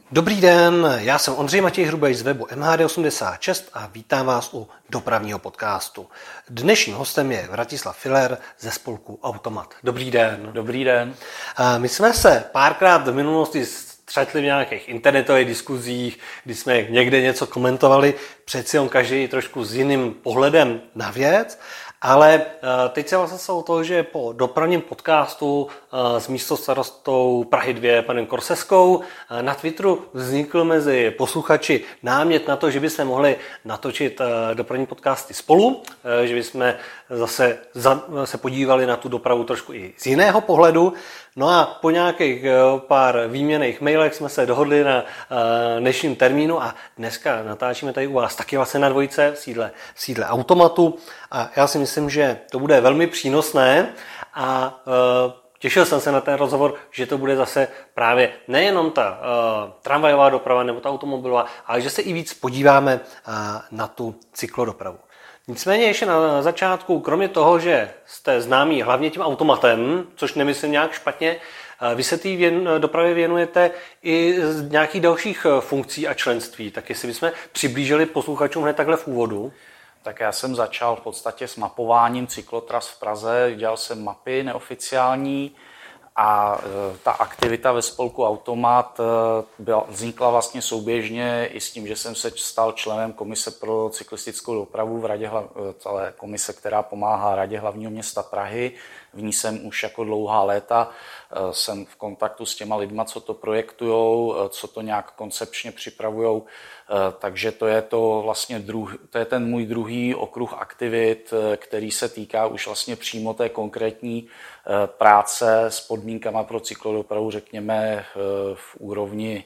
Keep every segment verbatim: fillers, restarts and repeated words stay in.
Dobrý den, já jsem Ondřej Matěj Hrubej z webu M H D osmdesát šest a vítám vás u dopravního podcastu. Dnešním hostem je Vratislav Filer ze spolku Automat. Dobrý den. Dobrý den. My jsme se párkrát v minulosti střetli v nějakých internetových diskuzích, kdy jsme někde něco komentovali, přeci on každý trošku s jiným pohledem na věc. Ale teď se vlastně o to, že po dopravním podcastu s místostarostou Prahy dva, panem Korseskou, na Twitteru vznikl mezi posluchači námět na to, že bychom mohli natočit dopravní podcasty spolu, že bychom zase se podívali na tu dopravu trošku i z jiného pohledu. No a po nějakých pár výměnných mailech jsme se dohodli na dnešním termínu a dneska natáčíme tady u vás taky vlastně na dvojce v sídle, v sídle Automatu a já si myslím, že to bude velmi přínosné a těšil jsem se na ten rozhovor, že to bude zase právě nejenom ta uh, tramvajová doprava nebo ta automobilová, ale že se i víc podíváme uh, na tu cyklodopravu. Nicméně ještě na začátku, kromě toho, že jste známí hlavně tím automatem, což nemyslím nějak špatně, vy se té věn, dopravě věnujete i z nějakých dalších funkcí a členství. Tak jestli bychom přiblížili posluchačům hned takhle v úvodu. Tak já jsem začal v podstatě s mapováním cyklotras v Praze, dělal jsem mapy neoficiální a ta aktivita ve spolku Automat byla, vznikla vlastně souběžně i s tím, že jsem se stal členem komise pro cyklistickou dopravu v radě, celé komise, která pomáhá radě hlavního města Prahy. V ní jsem už jako dlouhá léta, jsem v kontaktu s těma lidma, co to projektujou, co to nějak koncepčně připravujou, takže to je to vlastně druh, to je ten můj druhý okruh aktivit, který se týká už vlastně přímo té konkrétní práce s podmínkama pro cyklodopravu, řekněme v úrovni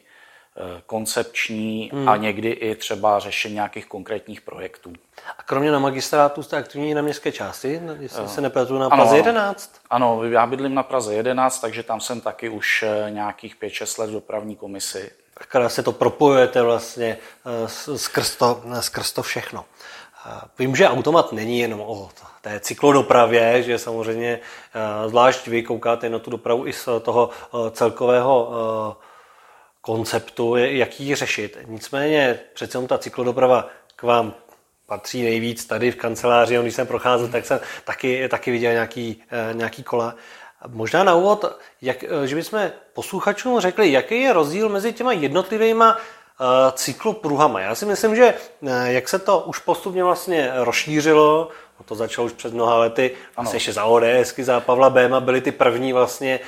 koncepční hmm. a někdy i třeba řešení nějakých konkrétních projektů. A kromě na magistrátu jste aktivní na městské části, jestli se nepletu, na Praze jedenáct? Ano, já bydlím na Praze jedenáct, takže tam jsem taky už nějakých pět šest let v dopravní komisi. Tak se to propojujete vlastně skrz to, skrz to všechno. Vím, že Automat není jenom o té cyklodopravě, že samozřejmě zvlášť vy koukáte na tu dopravu i z toho celkového konceptu, jak ji řešit. Nicméně přece ta cyklodoprava k vám patří nejvíc tady v kanceláři. Když jsem procházel, tak jsem taky, taky viděl nějaký, nějaký kola. Možná na úvod, jak, že bychom posluchačům řekli, jaký je rozdíl mezi těma jednotlivýma cyklopruhama. Já si myslím, že jak se to už postupně vlastně rozšířilo, no to začalo už před mnoha lety, vlastně ještě za ODSky, za Pavla Béma byly ty první vlastně,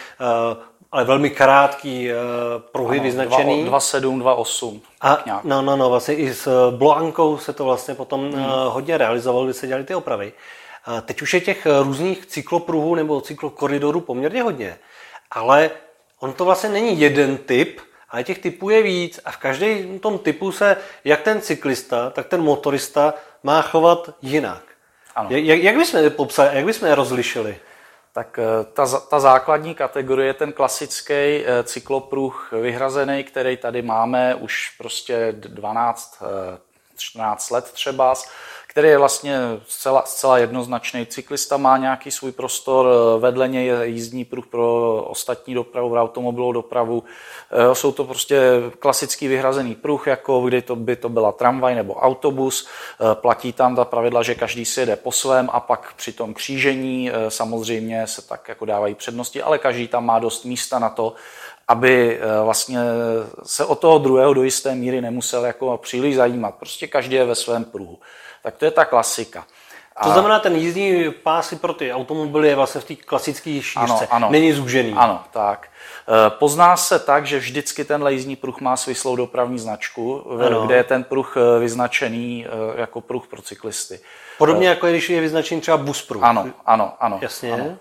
ale velmi krátký pruhy ano, vyznačený. dva sedm, dva osm. A no, no, no, vlastně i s Bloankou se to vlastně potom hmm. hodně realizovalo, kdy se dělaly ty opravy. Teď už je těch různých cyklopruhů nebo cyklokoridorů poměrně hodně, ale on to vlastně není jeden typ, ale těch typů je víc a v každém tom typu se jak ten cyklista, tak ten motorista má chovat jinak. Ano. Jak, jak bychom je popsali, jak bychom je rozlišili? Tak ta, ta základní kategorie je ten klasický cyklopruh vyhrazený, který tady máme už prostě dvanáct čtrnáct let třeba, který je vlastně zcela, zcela jednoznačný. Cyklista má nějaký svůj prostor, vedle něj je jízdní pruh pro ostatní dopravu, automobilovou dopravu. Jsou to prostě klasický vyhrazený pruh, jako kdy to by to byla tramvaj nebo autobus. Platí tam ta pravidla, že každý si jede po svém a pak při tom křížení samozřejmě se tak jako dávají přednosti, ale každý tam má dost místa na to, aby vlastně se od toho druhého do jisté míry nemusel jako příliš zajímat. Prostě každý je ve svém pruhu. Tak to je ta klasika. To a... znamená, ten jízdní pásy pro ty automobily je vlastně v té klasické šířce, ano, ano. Není zúžený. Ano, tak. Pozná se tak, že vždycky tenhle jízdní pruh má svislou dopravní značku, ano. kde je ten pruh vyznačený jako pruh pro cyklisty. Podobně jako když je vyznačený třeba bus pruh. Ano, ano, ano. Jasně. Ano.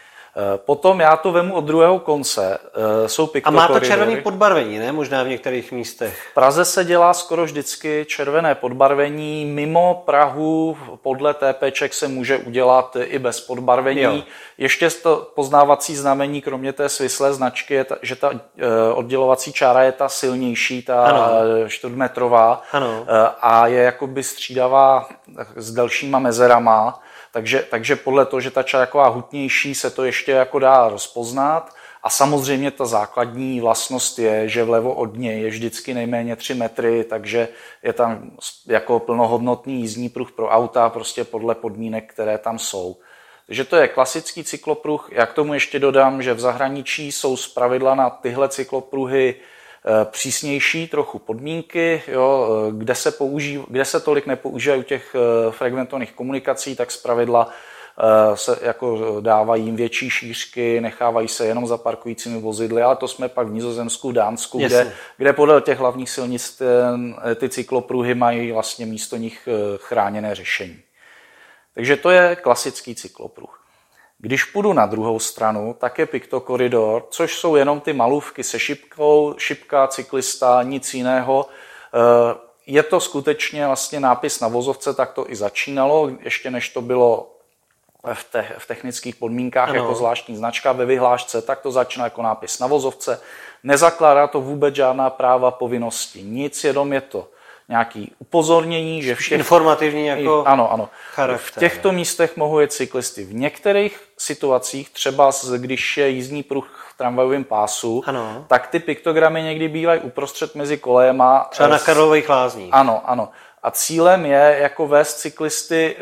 Potom já to vemu od druhého konce. Jsou piktokoridory. A má to červený podbarvení, ne? Možná v některých místech. V Praze se dělá skoro vždycky červené podbarvení. Mimo Prahu podle TPček se může udělat i bez podbarvení. Jo. Ještě to poznávací znamení, kromě té svislé značky, je ta, že ta oddělovací čára je ta silnější, ta čtyřmetrová. Ano. A je jakoby střídavá s delšíma mezerama. Takže, takže podle toho, že ta čára je taková hutnější, se to ještě jako dá rozpoznat. A samozřejmě ta základní vlastnost je, že vlevo od něj je vždycky nejméně tři metry, takže je tam jako plnohodnotný jízdní pruh pro auta, prostě podle podmínek, které tam jsou. Takže to je klasický cyklopruh. Já k tomu ještě dodám, že v zahraničí jsou zpravidla na tyhle cyklopruhy přísnější trochu podmínky, jo, kde, se použív, kde se tolik nepoužívají u těch frekventovaných komunikací, tak zpravidla se jako dávají jim větší šířky, nechávají se jenom za parkujícími vozidly, ale to jsme pak v Nizozemsku, v Dánsku, kde, kde podél těch hlavních silnic ty cyklopruhy mají vlastně místo nich chráněné řešení. Takže to je klasický cyklopruh. Když půjdu na druhou stranu, tak je piktokoridor, což jsou jenom ty malůvky se šipkou, šipka, cyklista, nic jiného. Je to skutečně vlastně nápis na vozovce, tak to i začínalo, ještě než to bylo v, te, v technických podmínkách ano. Jako zvláštní značka ve vyhlášce, tak to začíná jako nápis na vozovce. Nezakládá to vůbec žádná práva, povinnosti, nic, jenom je to nějaký upozornění, že všech... Informativní jako ano, ano. charakter. V těchto místech mohou jet cyklisty. V některých situacích, třeba když je jízdní pruh v tramvajovém pásu, ano. Tak ty piktogramy někdy bývají uprostřed mezi kolejema. Třeba na Karlových Lázních. Ano, ano. A cílem je jako vést cyklisty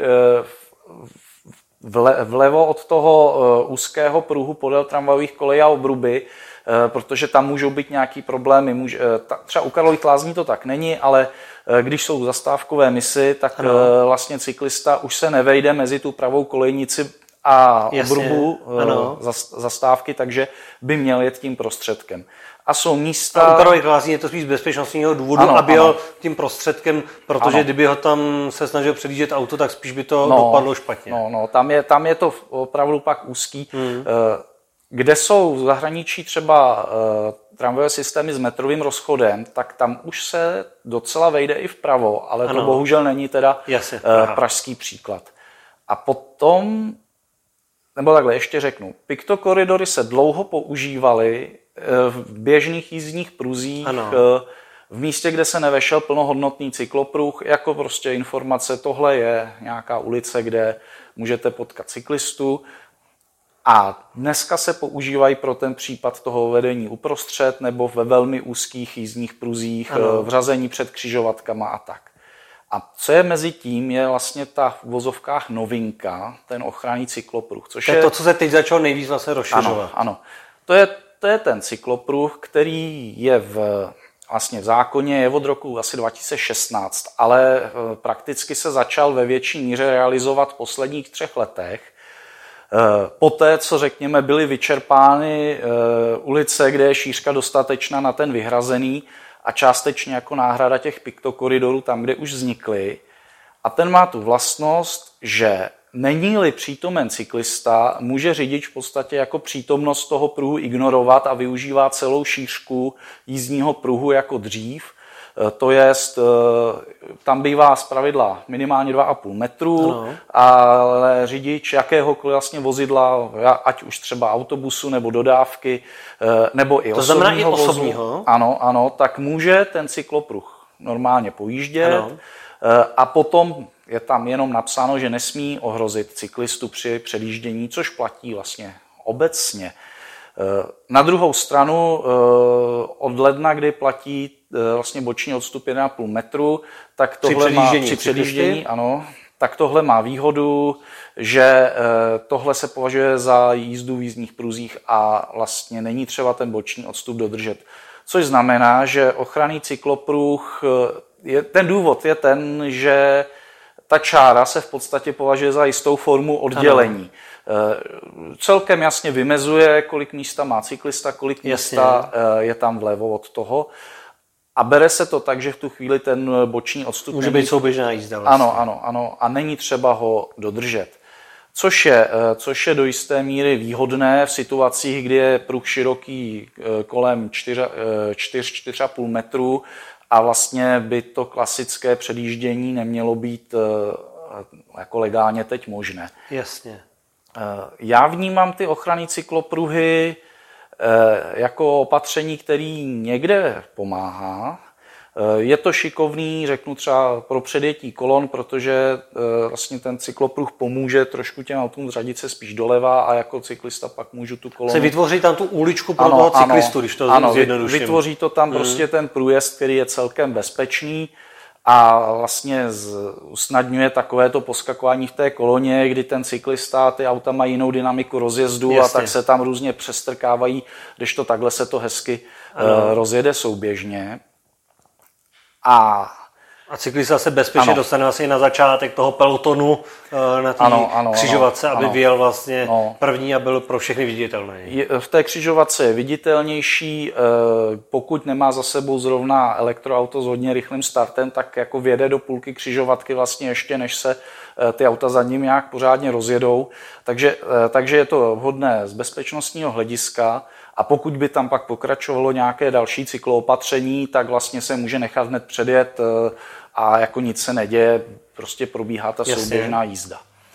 vlevo od toho úzkého pruhu podél tramvajových kolejí a obruby, protože tam můžou být nějaký problémy. Může, třeba u Karlových Lázní to tak není, ale když jsou zastávkové misy, tak ano. Vlastně cyklista už se nevejde mezi tu pravou kolejnici a obrubu zastávky, takže by měl jet tím prostředkem. A jsou místa... A u Karlových Lázní je to spíš z bezpečnostního důvodu, ano, aby jel tím prostředkem, protože ano. Kdyby ho tam se snažil předjíždět auto, tak spíš by to no, dopadlo špatně. No, no, tam je, tam je to opravdu pak úzký. Hmm. Kde jsou v zahraničí třeba uh, tramvajové systémy s metrovým rozchodem, tak tam už se docela vejde i vpravo, ale ano. To bohužel není teda Jasně, uh, pražský příklad. A potom, nebo takhle ještě řeknu, piktokoridory se dlouho používaly uh, v běžných jízdních pruzích, uh, v místě, kde se nevešel plnohodnotný cyklopruh, jako prostě informace, tohle je nějaká ulice, kde můžete potkat cyklistu. A dneska se používají pro ten případ toho vedení uprostřed nebo ve velmi úzkých jízdních pruzích, ano. Vřazení před křižovatkama a tak. A co je mezi tím, je vlastně ta v vozovkách novinka, ten ochranný cyklopruh. Což to je to, co se teď začalo nejvíc vlastně rozšiřovat. Ano, ano. To je, to je ten cyklopruh, který je v, vlastně v zákoně, je od roku asi dva tisíce šestnáct, ale prakticky se začal ve větší míře realizovat v posledních třech letech. Poté, co řekněme, byly vyčerpány ulice, kde je šířka dostatečná na ten vyhrazený a částečně jako náhrada těch piktokoridorů tam, kde už vznikly. A ten má tu vlastnost, že není-li přítomen cyklista, může řidič v podstatě jako přítomnost toho pruhu ignorovat a využívá celou šířku jízdního pruhu jako dřív. To jest, tam bývá zpravidla minimálně dva a půl metru, ano. Ale řidič jakéhokoliv vlastně vozidla, ať už třeba autobusu nebo dodávky, nebo i to osobního znamená i vozu, osobního? Ano, ano, tak může ten cyklopruh normálně pojíždět, ano. A potom je tam jenom napsáno, že nesmí ohrozit cyklistu při předjíždění, což platí vlastně obecně. Na druhou stranu od ledna, kdy platí vlastně boční odstup jedna a půl metru, tak tohle při předjíždění, má při předjíždění, ano, tak tohle má výhodu, že tohle se považuje za jízdu v jízdních pruzích a vlastně není třeba ten boční odstup dodržet. Což znamená, že ochranný cyklopruh, je, ten důvod je ten, že ta čára se v podstatě považuje za jistou formu oddělení. Ano. Celkem jasně vymezuje, kolik místa má cyklista, kolik místa jasně. Je tam vlevo od toho. A bere se to tak, že v tu chvíli ten boční odstup může být souběžná jízda. Vlastně. Ano, ano, ano. A není třeba ho dodržet. Což je, což je do jisté míry výhodné v situacích, kdy je pruh široký kolem čtyři až čtyři a půl metru a vlastně by to klasické předjíždění nemělo být jako legálně teď možné. Jasně. Já vnímám ty ochranné cyklopruhy jako opatření, který někde pomáhá, Je to šikovný, řeknu třeba pro předjetí kolon, protože vlastně ten cyklopruh pomůže trošku těm autům řadit se spíš doleva a jako cyklista pak můžu tu kolonu... Se vytvoří tam tu uličku pro ano, toho cyklistu, ano, když to ano, zjednoduším. Vytvoří to tam hmm. prostě ten průjezd, který je celkem bezpečný a vlastně z, usnadňuje takovéto poskakování v té koloně, kdy ten cyklista, ty auta mají jinou dynamiku rozjezdu. Jasně. A tak se tam různě přestrkávají, když to takhle se to hezky uh, rozjede souběžně. A, a cyklista se bezpečně ano. dostane vlastně na začátek toho pelotonu na té křižovatce, aby ano. vyjel vlastně no. první a byl pro všechny viditelný. V té křižovatce je viditelnější, pokud nemá za sebou zrovna elektroauto s hodně rychlým startem, tak jako vjede do půlky křižovatky vlastně ještě, než se ty auta za ním nějak pořádně rozjedou. Takže, takže je to vhodné z bezpečnostního hlediska. A pokud by tam pak pokračovalo nějaké další cykloopatření, tak vlastně se může nechat hned předjet a jako nic se neděje, prostě probíhá ta Jasně. souběžná jízda.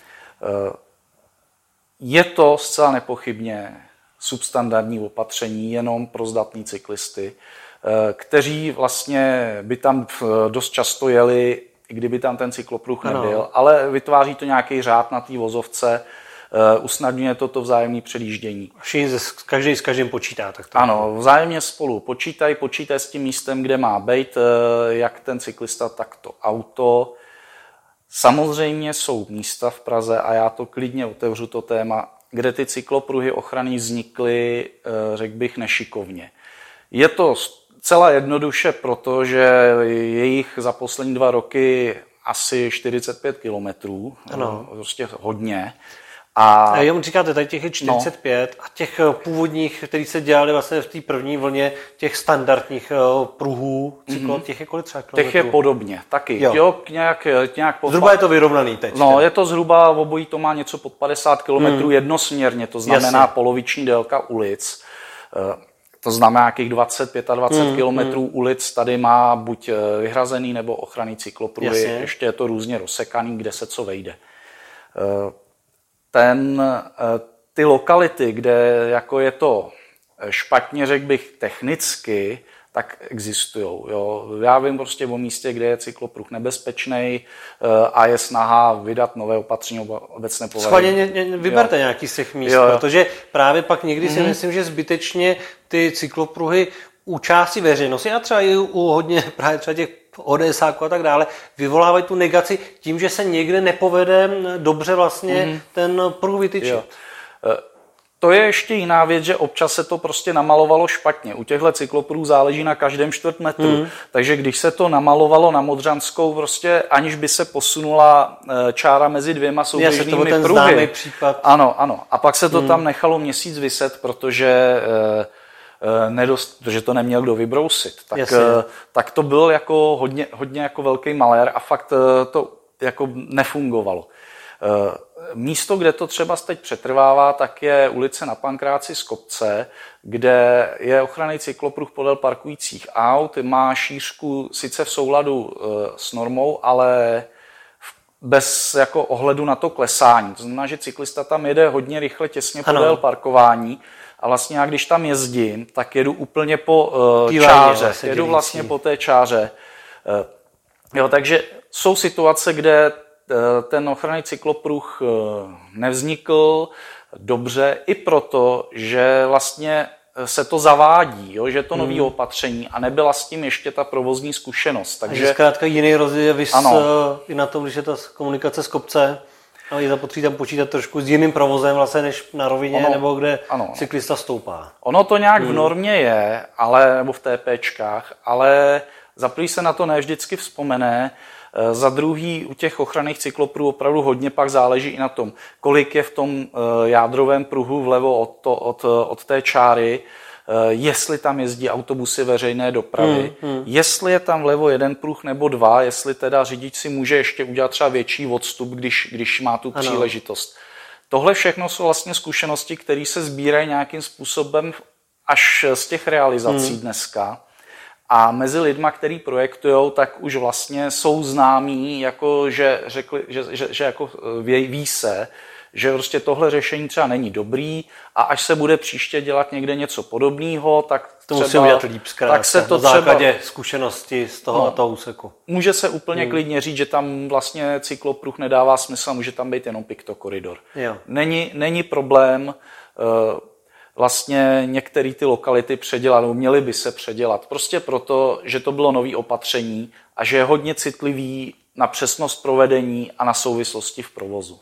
Je to zcela nepochybně substandardní opatření jenom pro zdatný cyklisty, kteří vlastně by tam dost často jeli, i kdyby tam ten cyklopruh nebyl, ano. ale vytváří to nějaký řád na té vozovce, Uh, usnadňuje toto vzájemné předjíždění. Každý s každým počítá. Tak to ano, vzájemně spolu počítají, počítají s tím místem, kde má být, uh, jak ten cyklista, tak to auto. Samozřejmě jsou místa v Praze, a já to klidně otevřu to téma, kde ty cyklopruhy ochranný vznikly, uh, řekl bych, nešikovně. Je to celá jednoduše, protože je jich za poslední dva roky asi čtyřicet pět kilometrů, ano. prostě hodně. A jenom říkáte, tady těch je čtyřicet pět no. a těch původních, který se dělali vlastně v té první vlně, těch standardních pruhů, cyklo, mm-hmm. těch je kolik třeba kilometrů? Těch je podobně, taky. Jo. Jo, nějak, nějak pod... Zhruba je to vyrovnaný teď. No, je to zhruba, obojí to má něco pod padesát kilometrů mm. jednosměrně, to znamená Jasně. poloviční délka ulic. To znamená nějakých dvacet až dvacet pět mm, kilometrů mm. ulic tady má buď vyhrazený nebo ochranný cyklopruhy, Jasně. ještě je to různě rozsekaný, kde se co vejde. Ten, ty lokality, kde jako je to špatně, řekl bych, technicky, tak existují. Já vím prostě o místě, kde je cyklopruh nebezpečný a je snaha vydat nové opatření obecné povahy. Schválně vyberte jo. nějaký z těch míst, jo. protože právě pak někdy mm-hmm. si myslím, že zbytečně ty cyklopruhy u části veřejnosti a třeba i u hodně právě třeba těch ODSáků a tak dále, vyvolávají tu negaci tím, že se někde nepovede dobře vlastně mm. ten pruh vytyčit. To je ještě jiná věc, že občas se to prostě namalovalo špatně. U těchto cyklopruhů záleží na každém čtvrt metru. Mm. Takže když se to namalovalo na Modřanskou, prostě aniž by se posunula čára mezi dvěma souběžnými pruhy. To byl ten známý případ. Ano, ano. A pak se to mm. tam nechalo měsíc viset, protože nedost, že to neměl kdo vybrousit. Tak, tak to byl jako hodně, hodně jako velký malér a fakt to jako nefungovalo. Místo, kde to třeba teď přetrvává, tak je ulice na Pankráci z kopce, kde je ochranný cyklopruh podél parkujících aut, má šířku sice v souladu s normou, ale bez jako ohledu na to klesání. To znamená, že cyklista tam jede hodně rychle těsně podél ano. parkování a vlastně já, když tam jezdím, tak jedu úplně po uh, čáře. Vlastně jedu vlastně po té čáře. Uh, jo, takže jsou situace, kde uh, ten ochranný cyklopruh uh, nevznikl dobře i proto, že vlastně se to zavádí, jo, že je to nový hmm. opatření a nebyla s tím ještě ta provozní zkušenost. Takže zkrátka jiný rozdíl je vys i na tom, když je ta komunikace z kopce, ale je zapotřebí tam počítat trošku s jiným provozem vlastně než na rovině, ono, nebo kde ano. cyklista stoupá. Ono to nějak hmm. v normě je, ale, nebo v TPčkách, ale za prvý se na to ne vždycky vzpomene, za druhý u těch ochranných cyklopruhů opravdu hodně pak záleží i na tom, kolik je v tom jádrovém pruhu vlevo od, to, od, od té čáry, jestli tam jezdí autobusy veřejné dopravy, hmm, hmm. jestli je tam vlevo jeden pruh nebo dva, jestli teda řidič si může ještě udělat třeba větší odstup, když, když má tu ano. příležitost. Tohle všechno jsou vlastně zkušenosti, které se sbírají nějakým způsobem až z těch realizací hmm. dneska. A mezi lidma, který projektujou, tak už vlastně jsou známí, jako že, řekli, že, že, že jako ví, ví se, že prostě tohle řešení třeba není dobrý a až se bude příště dělat někde něco podobného, tak To musí třeba, udělat líp zkrátka, tak se to na základě třeba, zkušenosti z toho, no, toho úseku. Může se úplně hmm. klidně říct, že tam vlastně cyklopruh nedává smysl, může tam být jenom piktokoridor. Není, není problém uh, vlastně některé ty lokality předělat, nebo měly by se předělat. Prostě proto, že to bylo nový opatření a že je hodně citlivý na přesnost provedení a na souvislosti v provozu.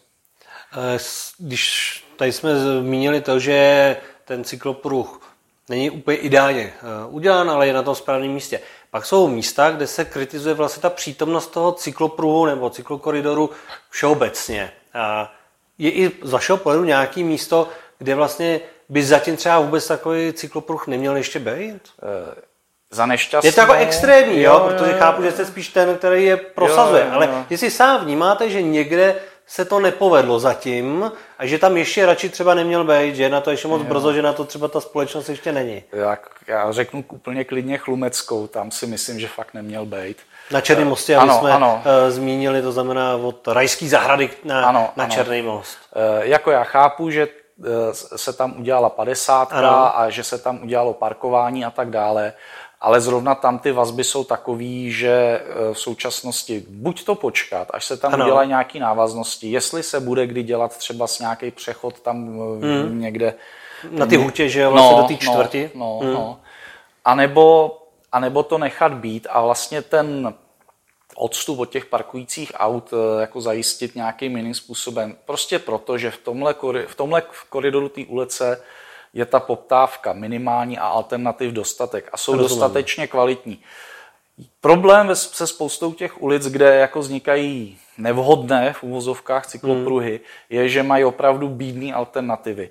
Když tady jsme zmínili to, že ten cyklopruh není úplně ideálně udělán, ale je na tom správném místě. Pak jsou místa, kde se kritizuje vlastně ta přítomnost toho cyklopruhu nebo cyklokoridoru všeobecně. Je i z vašeho pohledu nějaké místo, kde vlastně by zatím třeba vůbec takový cyklopruh neměl ještě být? Za nešťastné. Je to jako extrémní, jo, jo, protože chápu, že jste spíš ten, který je prosazuje, jo, jo, jo. Ale jestli sám vnímáte, že někde se to nepovedlo zatím a že tam ještě radši třeba neměl být, že je na to ještě moc jo. brzo, že na to třeba ta společnost ještě není. Jak já řeknu úplně klidně Chlumeckou, tam si myslím, že fakt neměl být. Na Černém mostě, aby ano, jsme ano. zmínili, to znamená od Rajský zahrady na, ano, na ano. Černý most. E, jako já chápu, že se tam udělala padesátka ano. a že se tam udělalo parkování a tak dále, ale zrovna tam ty vazby jsou takový, že v současnosti buď to počkat, až se tam ano. udělají nějaké návaznosti, jestli se bude kdy dělat třeba s nějaký přechod tam hmm. někde. Na ty hutě, že jo, vlastně no, do té čtvrti. No, no, hmm. no. A nebo, a nebo to nechat být a vlastně ten odstup od těch parkujících aut jako zajistit nějakým jiným způsobem. Prostě proto, že v tomhle, v tomhle koridoru té ulice je ta poptávka minimální a alternativ dostatek a jsou Rozumím. dostatečně kvalitní. Problém se spoustou těch ulic, kde jako vznikají nevhodné v uvozovkách cyklopruhy, hmm. je, že mají opravdu bídné alternativy.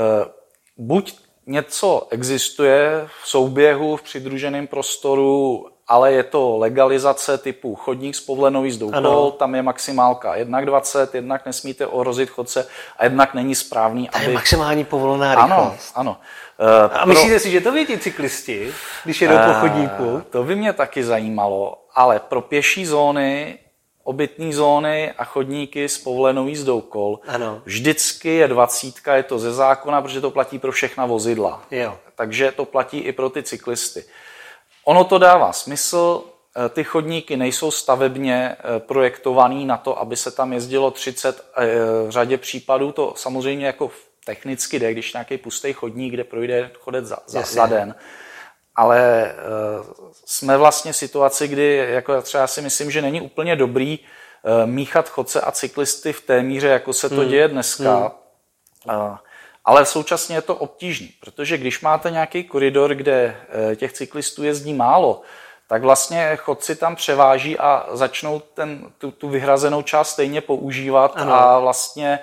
Buď něco existuje v souběhu, v přidruženém prostoru, ale je to legalizace typu chodník s povolenou jízdou kol, tam je maximálka jedna dvacet, jednak nesmíte ohrozit chodce a jednak není správný, to aby... je maximální povolená rychlost. Ano, ano. Uh, a myslíte pro... si, že to vědí cyklisti, když jedou uh, po chodníku? To by mě taky zajímalo, ale pro pěší zóny, obytné zóny a chodníky s povolenou jízdou kol ano. vždycky je dvacítka, je to ze zákona, protože to platí pro všechna vozidla. Jo. Takže to platí i pro ty cyklisty. Ono to dává smysl, ty chodníky nejsou stavebně projektovaný na to, aby se tam jezdilo třicet, v řadě případů to samozřejmě jako technicky jde, když nějaký pustý chodník, kde projde chodec za, za, za den. Ale jsme vlastně v situaci, kdy jako třeba si myslím, že není úplně dobrý míchat chodce a cyklisty v té míře, jako se to hmm. děje dneska. Hmm. Ale současně je to obtížný, protože když máte nějaký koridor, kde těch cyklistů jezdí málo, tak vlastně chodci tam převáží a začnou ten, tu, tu vyhrazenou část stejně používat ano. a vlastně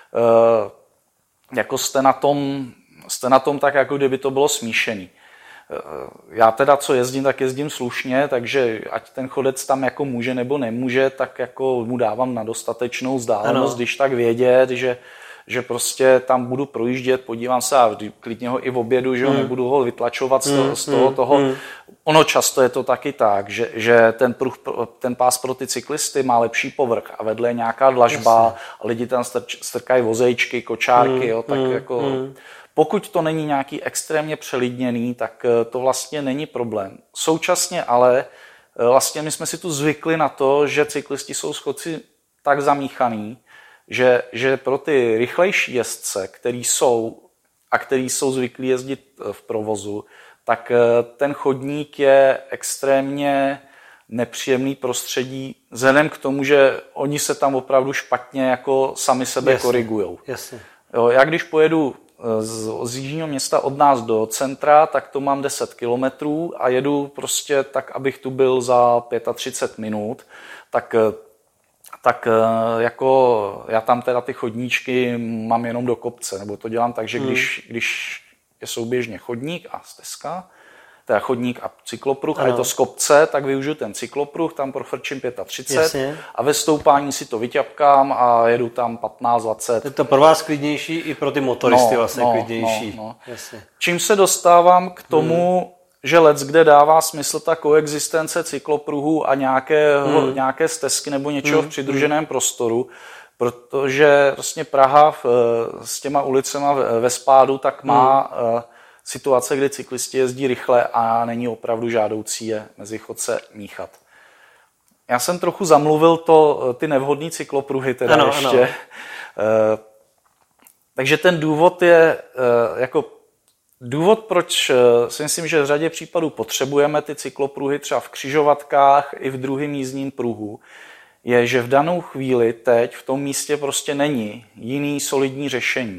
jako jste na tom, jste na tom tak, jako kdyby to bylo smíšený. Já teda, co jezdím, tak jezdím slušně, takže ať ten chodec tam jako může nebo nemůže, tak jako mu dávám na dostatečnou vzdálenost, ano. když tak vědět, že že prostě tam budu projíždět, podívám se a klidně ho i v obědu, že ho mm. nebudu ho vytlačovat z toho, mm, z toho, toho. Mm. Ono často je to taky tak, že, že ten, pruh, ten pás pro ty cyklisty má lepší povrch a vedle je nějaká dlažba Jasně. a lidi tam strč, strkají vozejčky, kočárky, mm, jo, tak mm, jako... Mm. Pokud to není nějaký extrémně přelidněný, tak to vlastně není problém. Současně ale vlastně my jsme si tu zvykli na to, že cyklisti jsou s chodci tak zamíchaný, Že, že pro ty rychlejší jezdce, který jsou a který jsou zvyklí jezdit v provozu, tak ten chodník je extrémně nepříjemný prostředí, vzhledem k tomu, že oni se tam opravdu špatně jako sami sebe jasně, korigujou. Jasně. Jo, já když pojedu z, z jižního města od nás do centra, tak to mám deset kilometrů a jedu prostě tak, abych tu byl za třicet pět minut, tak tak jako já tam teda ty chodníčky mám jenom do kopce, nebo to dělám tak, že když, hmm. když je souběžně chodník a stezka, teda chodník a cyklopruh ano. a je to z kopce, tak využiju ten cyklopruh, tam profrčím třicet pět Jasně. a ve stoupání si to vyťapkám a jedu tam patnáct dvacet. Je to pro vás klidnější i pro ty motoristy no, vlastně no, klidnější. No, no. Jasně. Čím se dostávám k tomu, hmm. že lec, kde dává smysl ta koexistence cyklopruhů a nějaké, hmm. nějaké stezky nebo něčeho hmm. v přidruženém hmm. prostoru, protože vlastně Praha v, s těma ulicema ve spádu tak má hmm. situace, kdy cyklisti jezdí rychle a není opravdu žádoucí je mezi chodce míchat. Já jsem trochu zamluvil to, ty nevhodné cyklopruhy teda ano, ještě. Ano. E, takže ten důvod je e, jako důvod, proč si myslím, že v řadě případů potřebujeme ty cyklopruhy třeba v křižovatkách i v druhém jízdním pruhu, je, že v danou chvíli teď v tom místě prostě není jiný solidní řešení.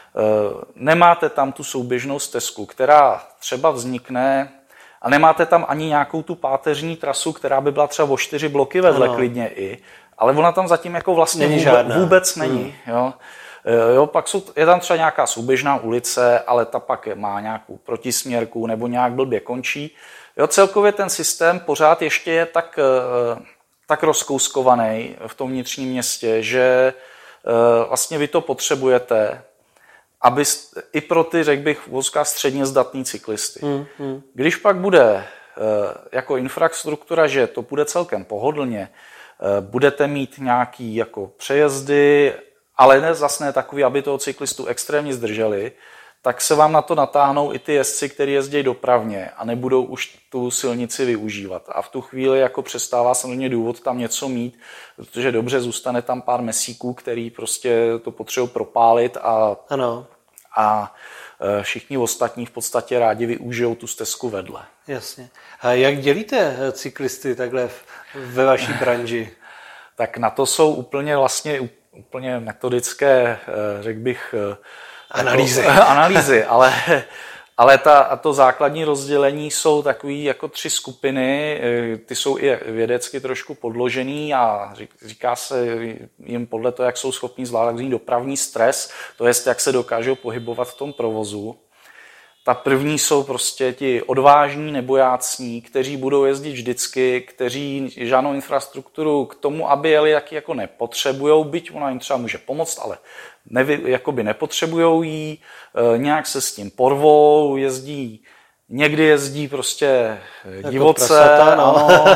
Nemáte tam tu souběžnou stezku, která třeba vznikne, a nemáte tam ani nějakou tu páteřní trasu, která by byla třeba o čtyři bloky vedle ano. klidně i, ale ona tam zatím jako vlastně není vůbec, vůbec není. Hmm. Jo. Jo, pak jsou, je tam třeba nějaká souběžná ulice, ale ta pak má nějakou protisměrku nebo nějak blbě končí. Jo, celkově ten systém pořád ještě je tak, tak rozkouskovaný v tom vnitřním městě, že vlastně vy to potřebujete, aby i pro ty, řekl bych, vozka středně zdatný cyklisty. Hmm, hmm. Když pak bude jako infrastruktura, že to bude celkem pohodlně, budete mít nějaký jako přejezdy, ale ne zase ne takový, aby toho cyklistu extrémně zdrželi, tak se vám na to natáhnou i ty jezdci, kteří jezdí dopravně a nebudou už tu silnici využívat. A v tu chvíli jako přestává samozřejmě důvod tam něco mít, protože dobře zůstane tam pár mesíků, který prostě to potřebují propálit a, ano. a všichni ostatní v podstatě rádi využijou tu stezku vedle. Jasně. A jak dělíte cyklisty takhle ve vaší branži? Tak na to jsou úplně vlastně úplně metodické, řekl bych, analýzy, jako, analýzy ale, ale ta, to základní rozdělení jsou takový jako tři skupiny, ty jsou i vědecky trošku podložený a říká se jim podle toho, jak jsou schopní zvládat dopravní stres, to jest, jak se dokážou pohybovat v tom provozu. Ta první jsou prostě ti odvážní nebojácní, kteří budou jezdit vždycky, kteří žádnou infrastrukturu k tomu, aby jeli, taky jako nepotřebujou, byť ona jim třeba může pomoct, ale nevy, jakoby nepotřebujou jí, e, nějak se s tím porvou, jezdí, někdy jezdí prostě jako divoce, prasata, no. ano,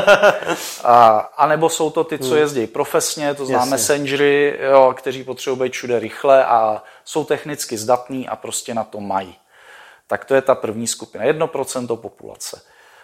a, a nebo jsou to ty, co jezdí profesně, to znamená messengery, jo, kteří potřebují být všude rychle a jsou technicky zdatní a prostě na to mají. Tak to je ta první skupina, jedno procento populace.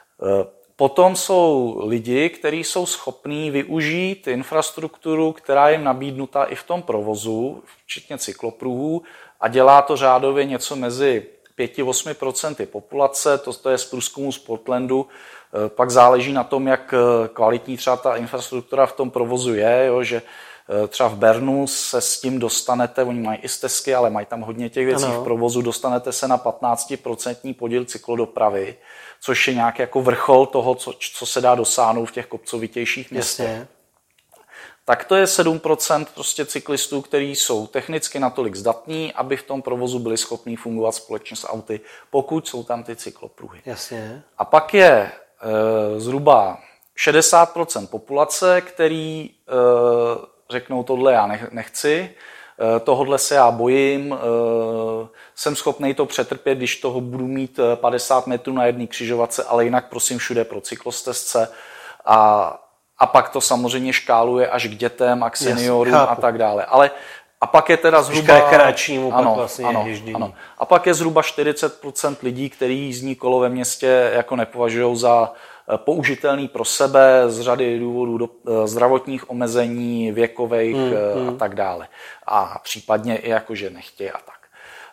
Potom jsou lidi, kteří jsou schopní využít infrastrukturu, která je jim nabídnuta i v tom provozu, včetně cyklopruhů, a dělá to řádově něco mezi pět až osm procent populace, to, to je z průzkumu z Portlandu, pak záleží na tom, jak kvalitní třeba ta infrastruktura v tom provozu je, jo, že třeba v Bernu se s tím dostanete, oni mají i stezky, ale mají tam hodně těch věcí ano. v provozu, dostanete se na patnáct procent podíl cyklodopravy, což je nějaký jako vrchol toho, co, co se dá dosáhnout v těch kopcovitějších městech. Jasně. Tak to je sedm procent prostě cyklistů, kteří jsou technicky natolik zdatní, aby v tom provozu byli schopní fungovat společně s auty, pokud jsou tam ty cyklopruhy. Jasně. A pak je e, zhruba šedesát procent populace, který e, řeknou, tohle já nechci, tohodle se já bojím, jsem schopný to přetrpět, když toho budu mít padesát metrů na jedné křižovatce, ale jinak prosím všude pro cyklostezce. A, a pak to samozřejmě škáluje až k dětem a k seniorům yes, a tak dále. Ale a pak je teda zhruba... Rekreačnímu pak ano, vlastně ano, ano. A pak je zhruba čtyřicet procent lidí, kteří jízdní kolo ve městě jako nepovažují za použitelný pro sebe z řady důvodů do, zdravotních omezení, věkových hmm, hmm. a tak dále. A případně i jakože nechtějí a tak.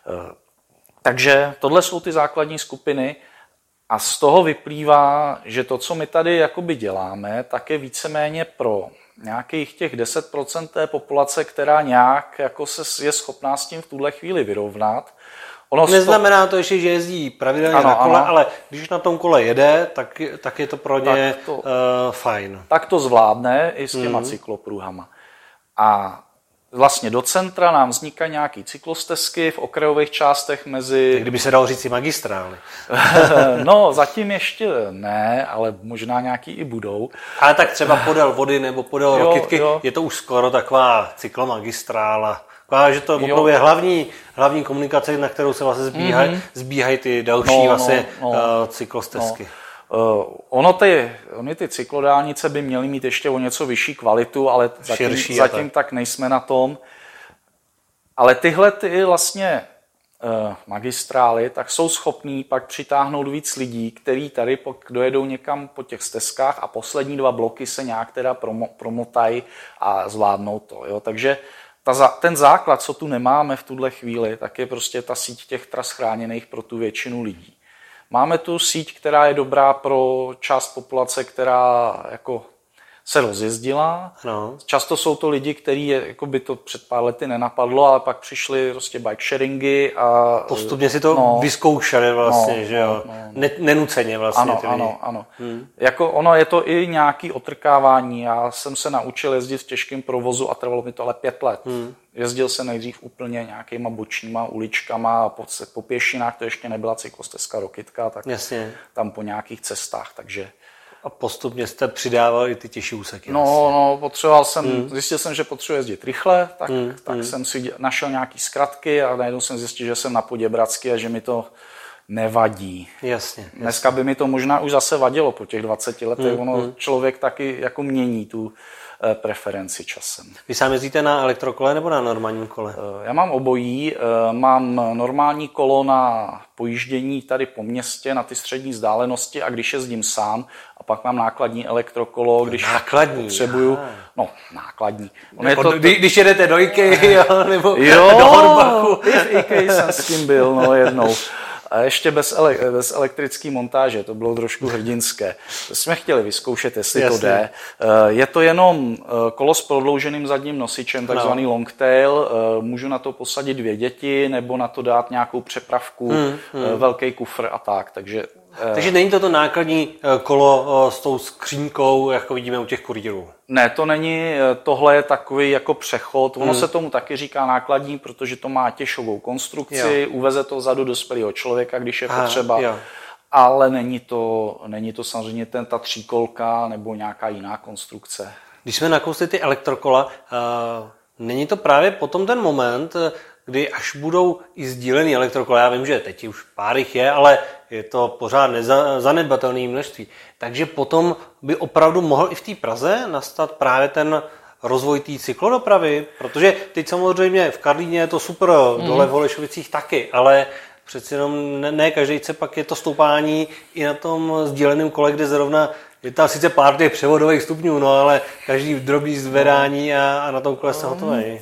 Takže tohle jsou ty základní skupiny a z toho vyplývá, že to, co my tady jakoby děláme, tak je víceméně pro nějakých těch deset procent té populace, která nějak jako se je schopná s tím v tuhle chvíli vyrovnat. Ono neznamená to ještě, že jezdí pravidelně ano, na kole, ano. ale když na tom kole jede, tak, tak je to pro ně to, uh, fajn. Tak to zvládne i s těma mm. cyklopruhama. A vlastně do centra nám vznikají nějaký cyklostezky v okrajových částech mezi... Tak kdyby se dalo říct i magistrály. No, zatím ještě ne, ale možná nějaký i budou. Ale tak třeba podél vody nebo podél jo, Rokytky, jo. je to už skoro taková cyklomagistrála. Taková, že to opravdu je hlavní, hlavní komunikace, na kterou se vlastně zbíhají mm-hmm. zbíhaj ty další no, vlastně no, no, uh, cyklostezky. No. Uh, ono ty, ony ty cyklodálnice by měly mít ještě o něco vyšší kvalitu, ale zatím, zatím tak. tak nejsme na tom. Ale tyhle ty vlastně magistrály, tak jsou schopní pak přitáhnout víc lidí, kteří tady dojedou někam po těch stezkách a poslední dva bloky se nějak teda promo, promotají a zvládnou to. Jo? Takže ta, ten základ, co tu nemáme v tuhle chvíli, tak je prostě ta síť těch tras chráněných pro tu většinu lidí. Máme tu síť, která je dobrá pro část populace, která jako se rozjezdila. No. Často jsou to lidi, kteří jako by to před pár lety nenapadlo, ale pak přišly prostě bike sharingy a postupně si to no, vyzkoušeli vlastně, no, že jo, no, no. Ne, nenuceně vlastně. Ano, ty ano, ano. Hmm. Jako ono je to i nějaký otrkávání. Já jsem se naučil jezdit v těžkém provozu a trvalo mi to ale pět let. Hmm. Jezdil se nejdřív úplně nějakýma bočníma uličkama a po, po pěšinách, to ještě nebyla cyklostezka Rokytka, tak jasně. Tam po nějakých cestách, takže a postupně jste přidávali ty těžší úseky. No, no, potřeboval jsem, hmm. zjistil jsem, že potřebuji jezdit rychle, tak, hmm. tak hmm. jsem si našel nějaký zkratky a najednou jsem zjistil, že jsem na Poděbradské a že mi to nevadí. Jasně, jasně. Dneska by mi to možná už zase vadilo po těch dvaceti letech, hmm. ono člověk taky jako mění tu preferenci časem. Vy sám jezdíte na elektrokole nebo na normálním kole? Já mám obojí. Mám normální kolo na pojíždění tady po městě na ty střední vzdálenosti a když jezdím sám, a pak mám nákladní elektrokolo, když nákladní, potřebuju. Aha. No, nákladní. Jako, to, kdy, když jedete do IKEA jo, nebo jo, do Horbachu. I v IKEA jsem s tím byl, no jednou. A ještě bez, ele- bez elektrické montáže, to bylo trošku hrdinské. To jsme chtěli vyzkoušet, jestli Jasně. to jde. Je to jenom kolo s prodlouženým zadním nosičem, takzvaný no. longtail. Můžu na to posadit dvě děti, nebo na to dát nějakou přepravku, hmm, hmm. velký kufr a tak. Takže, Takže není to to nákladní kolo s tou skřínkou, jako vidíme u těch kurýrů? Ne, to není, tohle je takový jako přechod. Ono hmm. se tomu taky říká nákladní, protože to má těžovou konstrukci, jo. uveze to vzadu dospělého člověka, když je Aha, potřeba, jo. ale není to, není to samozřejmě ten, ta tříkolka nebo nějaká jiná konstrukce. Když jsme nakousli ty elektrokola, uh, není to právě potom ten moment, kdy až budou i sdílený elektrokola, já vím, že teď už pár jich je, ale je to pořád nezanedbatelné množství. Takže potom by opravdu mohl i v té Praze nastat právě ten rozvoj té cyklodopravy, protože teď samozřejmě v Karlíně je to super, mm. dole v Holešovicích taky, ale přeci jenom ne, ne každý chce, pak je to stoupání i na tom sdíleném kole, kde zrovna je tam sice pár těch převodových stupňů, no ale každý drobný zvedání a, a na tom kole se hotový.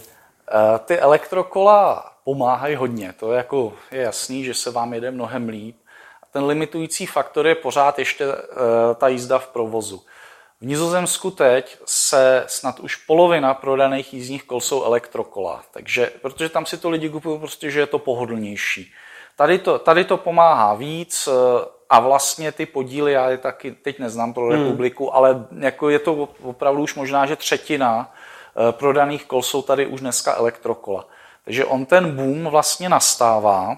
Ty elektrokola pomáhají hodně, to je, jako, je jasný, že se vám jede mnohem líp. Ten limitující faktor je pořád ještě uh, ta jízda v provozu. V Nizozemsku teď se snad už polovina prodaných jízdních kol jsou elektrokola, takže, protože tam si to lidi kupují prostě, že je to pohodlnější. Tady to, tady to pomáhá víc a vlastně ty podíly, já je taky teď neznám pro republiku, hmm. ale jako je to opravdu už možná, že třetina prodaných kol jsou tady už dneska elektrokola. Takže on ten boom vlastně nastává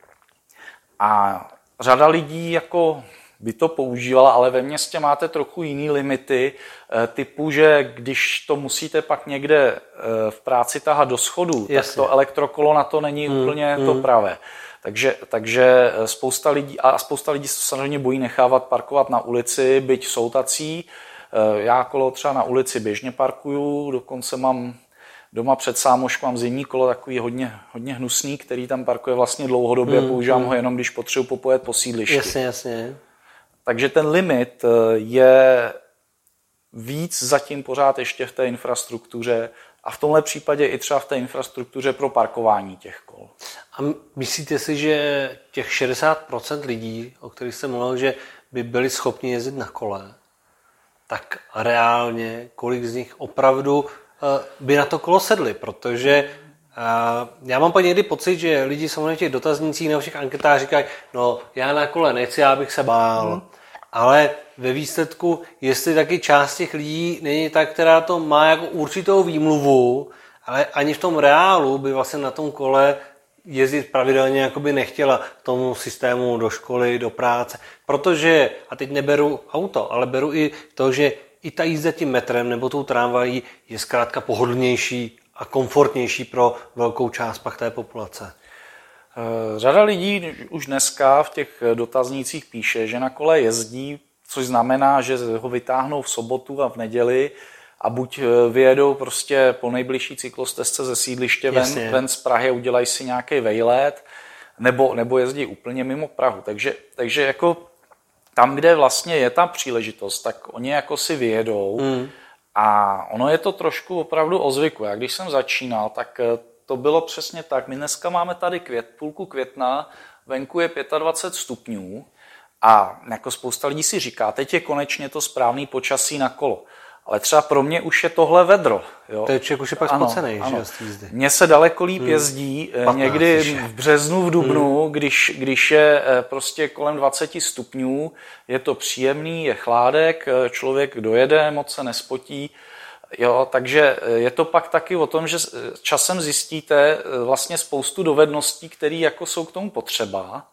a řada lidí jako by to používala, ale ve městě máte trochu jiný limity, typu, že když to musíte pak někde v práci tahat do schodu, Jasně. tak to elektrokolo na to není hmm, úplně hmm. to pravé. Takže, takže spousta lidí, a spousta lidí se samozřejmě bojí nechávat parkovat na ulici, byť jsou tací. Já kolo třeba na ulici běžně parkuju, dokonce mám doma před sámoškou, mám zimní kolo takový hodně, hodně hnusný, který tam parkuje vlastně dlouhodobě, hmm, používám hmm. ho jenom, když potřebuji popojet po sídlišti. Jasně, jasně. Takže ten limit je víc zatím pořád ještě v té infrastruktuře a v tomhle případě i třeba v té infrastruktuře pro parkování těch kol. A myslíte si, že těch šedesát procent lidí, o kterých jsem mluvil, že by byli schopni jezdit na kole, tak reálně kolik z nich opravdu by na to kolo sedli? Protože já mám pak někdy pocit, že lidi samozřejmě v těch dotaznících nebo v těch anketách říkají, no já na kole nechci, já bych se bál. Hmm. Ale ve výsledku, jestli taky část těch lidí není ta, která to má jako určitou výmluvu, ale ani v tom reálu by vlastně na tom kole jezdit pravidelně jako by nechtěla tomu systému do školy, do práce. Protože, a teď neberu auto, ale beru i to, že i ta jízda tím metrem nebo tou tramvají je zkrátka pohodlnější a komfortnější pro velkou část pak té populace. Řada lidí už dneska v těch dotaznících píše, že na kole jezdí, což znamená, že ho vytáhnou v sobotu a v neděli a buď vyjedou prostě po nejbližší cyklostezce ze sídliště ven, ven z Prahy, udělají si nějaký vejlet, nebo, nebo jezdí úplně mimo Prahu. Takže, takže jako tam, kde vlastně je ta příležitost, tak oni jako si vyjedou mm. a ono je to trošku opravdu o zvyku. Já když jsem začínal, tak to bylo přesně tak. My dneska máme tady květ, půlku května, venku je dvacet pět stupňů a jako spousta lidí si říká, teď je konečně to správný počasí na kolo. Ale třeba pro mě už je tohle vedro. Jo? To je člověk už je pak spocenej, že z jízdy. Mně se daleko líp jezdí hmm. někdy v březnu, v dubnu, hmm. když, když je prostě kolem dvacet stupňů, je to příjemný, je chládek, člověk dojede, moc se nespotí. Jo, takže je to pak taky o tom, že časem zjistíte vlastně spoustu dovedností, které jako jsou k tomu potřeba,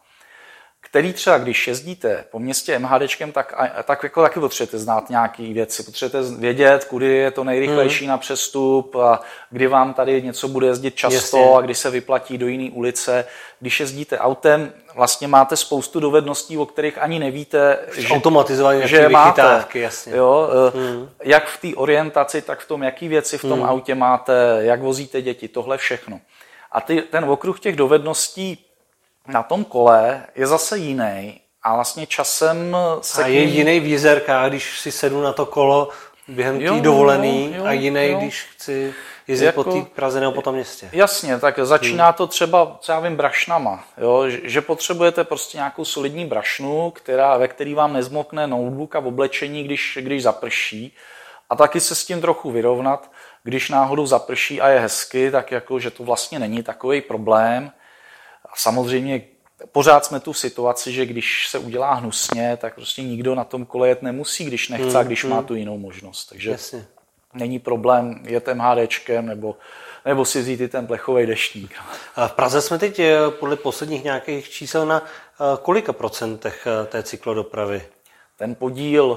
který třeba, když jezdíte po městě MHDčkem, tak, tak jako taky potřebujete znát nějaké věci. Potřebujete vědět, kudy je to nejrychlejší hmm. na přestup, a kdy vám tady něco bude jezdit často Jasně. a kdy se vyplatí do jiné ulice. Když jezdíte autem, vlastně máte spoustu dovedností, o kterých ani nevíte, že, automatizované že máte. Jasně. Jo, hmm. Jak v té orientaci, tak v tom, jaký věci v tom hmm. autě máte, jak vozíte děti, tohle všechno. A ty, ten okruh těch dovedností na tom kole je zase jiný a vlastně časem se... A je ním... jiný v jízerkách, když si sedu na to kolo během té dovolený jo, a jiný, jo. když chci jezdit jako, po té Praze nebo po tom městě. Jasně, tak začíná hmm. to třeba, co já vím, brašnama, jo? Že, že potřebujete prostě nějakou solidní brašnu, která, ve který vám nezmokne notebook a oblečení, když, když zaprší a taky se s tím trochu vyrovnat, když náhodou zaprší a je hezky, tak jako, že to vlastně není takový problém. A samozřejmě pořád jsme tu v situaci, že když se udělá hnusně, tak prostě nikdo na tom kole jet nemusí, když nechce hmm, a když hmm. má tu jinou možnost. Takže Jasně. není problém jet MHDčkem nebo, nebo si vzít i ten plechový deštník. A v Praze jsme teď podle posledních nějakých čísel na kolika procentech té cyklodopravy? Ten podíl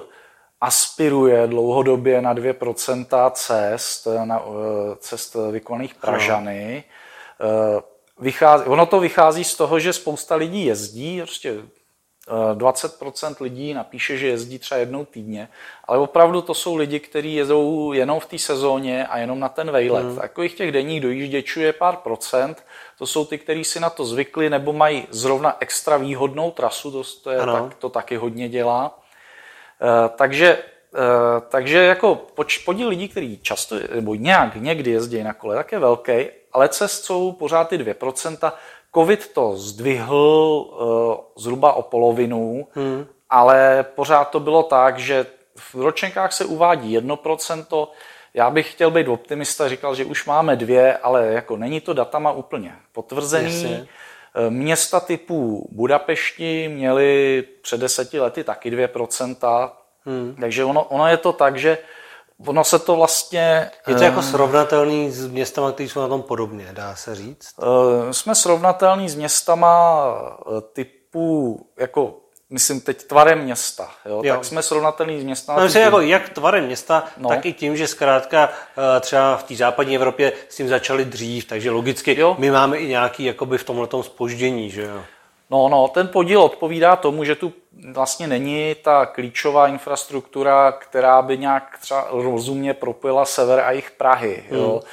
aspiruje dlouhodobě na dvě procenta cest, na cest vykonaných Pražany. No. Vychází, ono to vychází z toho, že spousta lidí jezdí, prostě dvacet procent lidí napíše, že jezdí třeba jednou týdně, ale opravdu to jsou lidi, kteří jezdou jenom v té sezóně a jenom na ten vejlet. Hmm. Takových těch denních dojížděčů je pár procent, to jsou ty, kteří si na to zvykli nebo mají zrovna extra výhodnou trasu, to, to, je, tak, to taky hodně dělá. E, takže, e, takže jako podíl lidí, kteří často nebo nějak někdy jezdí na kole, tak je velký, ale cest jsou pořád ty dvě procenta. Covid to zdvihl uh, zhruba o polovinu, hmm. ale pořád to bylo tak, že v ročenkách se uvádí jedno procento. Já bych chtěl být optimista, říkal, že už máme dvě, ale jako není to datama úplně potvrzený. Jasně. Města typu Budapešti měly před deseti lety taky dvě procenta, hmm. takže ono, ono je to tak, že ono se to vlastně... Je to jako srovnatelný s městama, které jsou na tom podobně, dá se říct? Jsme srovnatelní s městama typu, jako, myslím teď tvarem města, jo? Jo. Tak jsme srovnatelní s městama... No, typu... jako jak tvarem města, no. tak i tím, že zkrátka třeba v té západní Evropě s tím začali dřív, takže logicky jo. my máme i nějaký jakoby v tomhletom zpoždění, že jo? No, no, ten podíl odpovídá tomu, že tu vlastně není ta klíčová infrastruktura, která by nějak třeba rozumně propojila sever a jih Prahy. Hmm. Jo.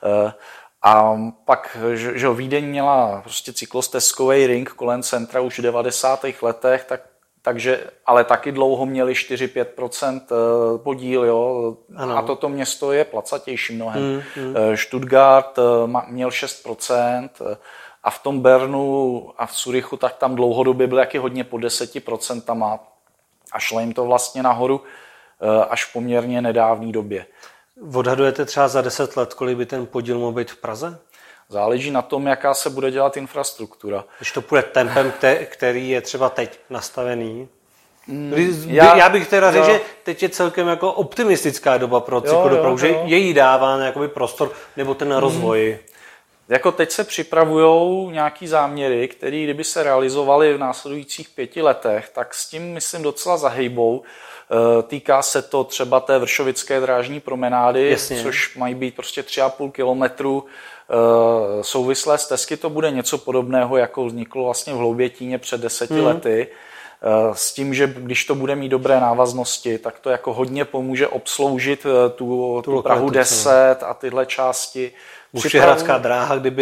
A pak, že, že Vídeň měla prostě cyklostezkový ring kolem centra už v devadesátých letech, tak, takže, ale taky dlouho měli čtyři až pět procent podíl. Jo. A toto město je placatější mnohem. Hmm, hmm. Stuttgart měl šest procent, a v tom Bernu a v Curychu, tak tam dlouhodobě byly taky hodně po deseti procentama a šlo jim to vlastně nahoru až v poměrně nedávné době. Odhadujete třeba za deset let, kolik by ten podíl mohl být v Praze? Záleží na tom, jaká se bude dělat infrastruktura. Když to půjde tempem, který je třeba teď nastavený. Já, já bych teda řekl, že teď je celkem jako optimistická doba pro cyklodopravu, že je jí dáván jakoby prostor nebo ten rozvoj. Jako teď se připravují nějaký záměry, které kdyby se realizovaly v následujících pěti letech, tak s tím, myslím, docela zahejbou. Týká se to třeba té vršovické drážní promenády, Jasně. což mají být prostě tři a půl kilometru. Souvislé stezky, to bude něco podobného, jako vzniklo vlastně v Hloubětíně před deseti hmm. lety. S tím, že když to bude mít dobré návaznosti, tak to jako hodně pomůže obsloužit tu, tu, tu Prahu deset a tyhle části. Uštěhradská dráha, kdyby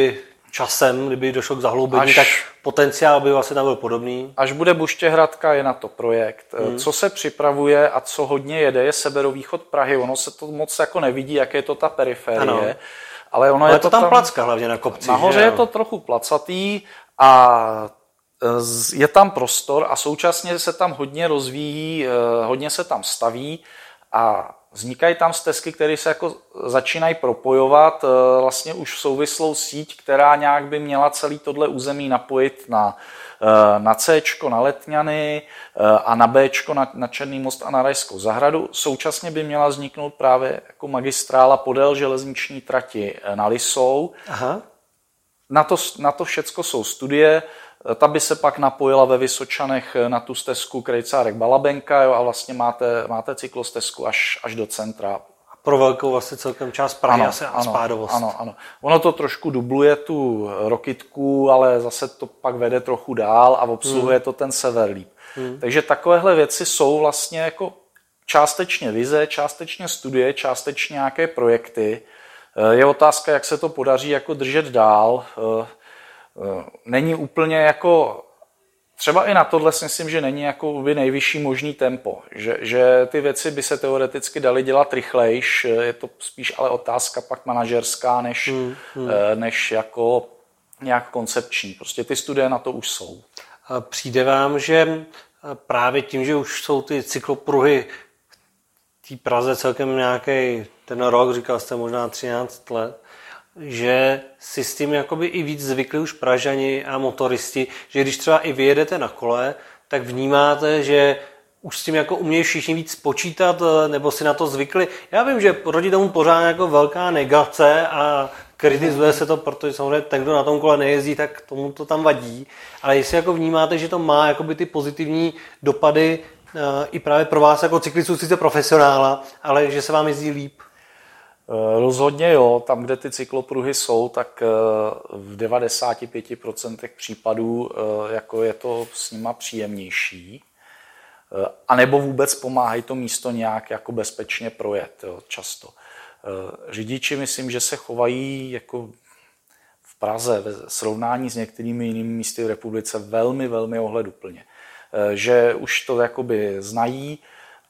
časem, kdyby došlo k zahloubení, Až, tak potenciál by vlastně tam byl podobný. Až bude Buštěhradka, je na to projekt. Hmm. Co se připravuje a co hodně jede, je severovýchod Prahy. Ono se to moc jako nevidí, jak je to ta periferie. Ano. Ale ono ale je to to tam placka hlavně na kopci. Nahoře je to trochu placatý a je tam prostor a současně se tam hodně rozvíjí, hodně se tam staví a vznikají tam stezky, které se jako začínají propojovat vlastně už v souvislou síť, která nějak by měla celý tohle území napojit na, na Cčko, na Letňany a na Bčko, na, na Černý most a na Rajskou zahradu. Současně by měla vzniknout právě jako magistrála podél železniční trati na Lisou. Aha. Na to, na to všecko jsou studie. Ta by se pak napojila ve Vysočanech na tu stezku Krejcárek Balabenka, jo, a vlastně máte, máte cyklostezku až, až do centra. Pro velkou vlastně celkem část Prahy ano, asi a ano, spádovost. Ano, ano. Ono to trošku dubluje tu Rokitku, ale zase to pak vede trochu dál a obsluhuje hmm. to ten sever líp. Hmm. Takže takovéhle věci jsou vlastně jako částečně vize, částečně studie, částečně nějaké projekty. Je otázka, jak se to podaří jako držet dál. Není úplně jako, třeba i na tohle si myslím, že není jako by nejvyšší možný tempo, že, že ty věci by se teoreticky daly dělat rychlejš, je to spíš ale otázka pak manažerská, než, hmm, hmm. než jako nějak koncepční. Prostě ty studie na to už jsou. Přijde vám, že právě tím, že už jsou ty cyklopruhy v té Praze celkem nějaký ten rok, říkal jste možná třináct let, že si s tím jakoby i víc zvykli už Pražani a motoristi, že když třeba i vyjedete na kole, tak vnímáte, že už s tím jako umějí všichni víc počítat, nebo si na to zvykli. Já vím, že proti tomu pořád jako velká negace a kritizuje se to, protože samozřejmě ten, kdo na tom kole nejezdí, tak tomu to tam vadí. Ale jestli jako vnímáte, že to má jakoby ty pozitivní dopady i právě pro vás jako cyklistu, sice profesionála, ale že se vám jezdí líp. Rozhodně jo, tam, kde ty cyklopruhy jsou, tak v devadesát pět procent případů jako je to s nima příjemnější. A nebo vůbec pomáhají to místo nějak jako bezpečně projet, jo, často. Řidiči myslím, že se chovají jako v Praze ve srovnání s některými jinými místy v republice velmi, velmi ohleduplně. Že už to jakoby znají.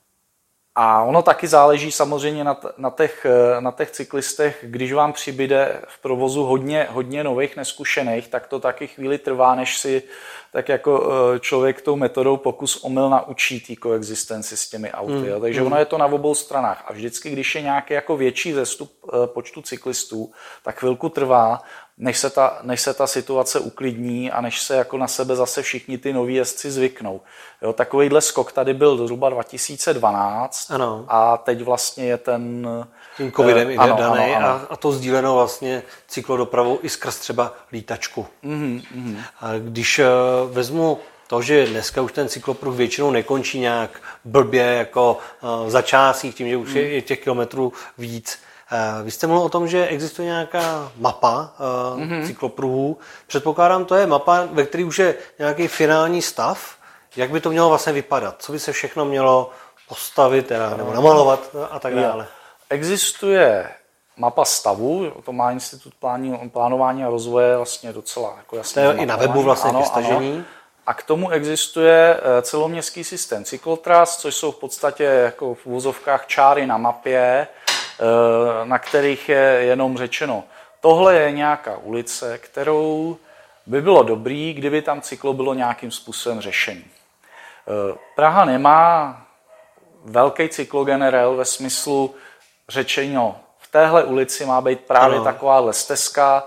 A ono taky záleží samozřejmě na, na, těch, na těch cyklistech, když vám přibyde v provozu hodně, hodně nových neskušených, tak to taky chvíli trvá, než si tak jako člověk tou metodou pokus omyl naučí té koexistenci s těmi auty. Mm. Jo. Takže ono je to na obou stranách. A vždycky, když je nějaký jako větší vzestup počtu cyklistů, tak chvilku trvá, než se, ta, než se ta situace uklidní a než se jako na sebe zase všichni ty noví jezdci zvyknou. Jo, takovýhle skok tady byl zhruba dva tisíce dvanáct ano. A teď vlastně je ten... Tím covidem uh, ano, daný ano, ano. A, a to sdíleno vlastně cyklodopravou i skrz třeba lítačku. Mm, mm. A když uh, vezmu to, že dneska už ten cyklopruh většinou nekončí nějak blbě jako uh, v začátcích, tím, že už mm. je, je těch kilometrů víc. Vy jste mluvil o tom, že existuje nějaká mapa uh, mm-hmm. cyklopruhů. Předpokládám, to je mapa, ve které už je nějaký finální stav. Jak by to mělo vlastně vypadat? Co by se všechno mělo postavit teda, nebo namalovat a tak dále? Existuje mapa stavu, to má Institut plánování a rozvoje vlastně docela jako jasně. To je i na webu vlastně ano, ke stažení. Ano. A k tomu existuje celoměstský systém cyklotras, což jsou v podstatě jako v uvozovkách čáry na mapě, na kterých je jenom řečeno, tohle je nějaká ulice, kterou by bylo dobrý, kdyby tam cyklo bylo nějakým způsobem řešení. Praha nemá velký cyklogenerál ve smyslu řečeno, v téhle ulici má být právě no. takováhle stezka,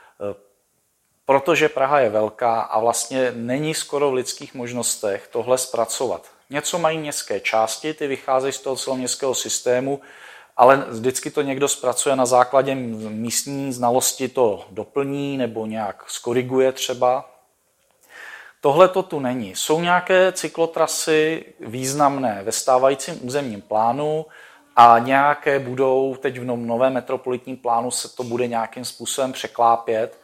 protože Praha je velká a vlastně není skoro v lidských možnostech tohle zpracovat. Něco mají městské části, ty vycházejí z toho celoměstského systému, ale vždycky to někdo zpracuje na základě místní znalosti, to doplní nebo nějak skoriguje třeba. Tohle to tu není. Jsou nějaké cyklotrasy významné ve stávajícím územním plánu a nějaké budou, teď v novém metropolitním plánu se to bude nějakým způsobem překlápět.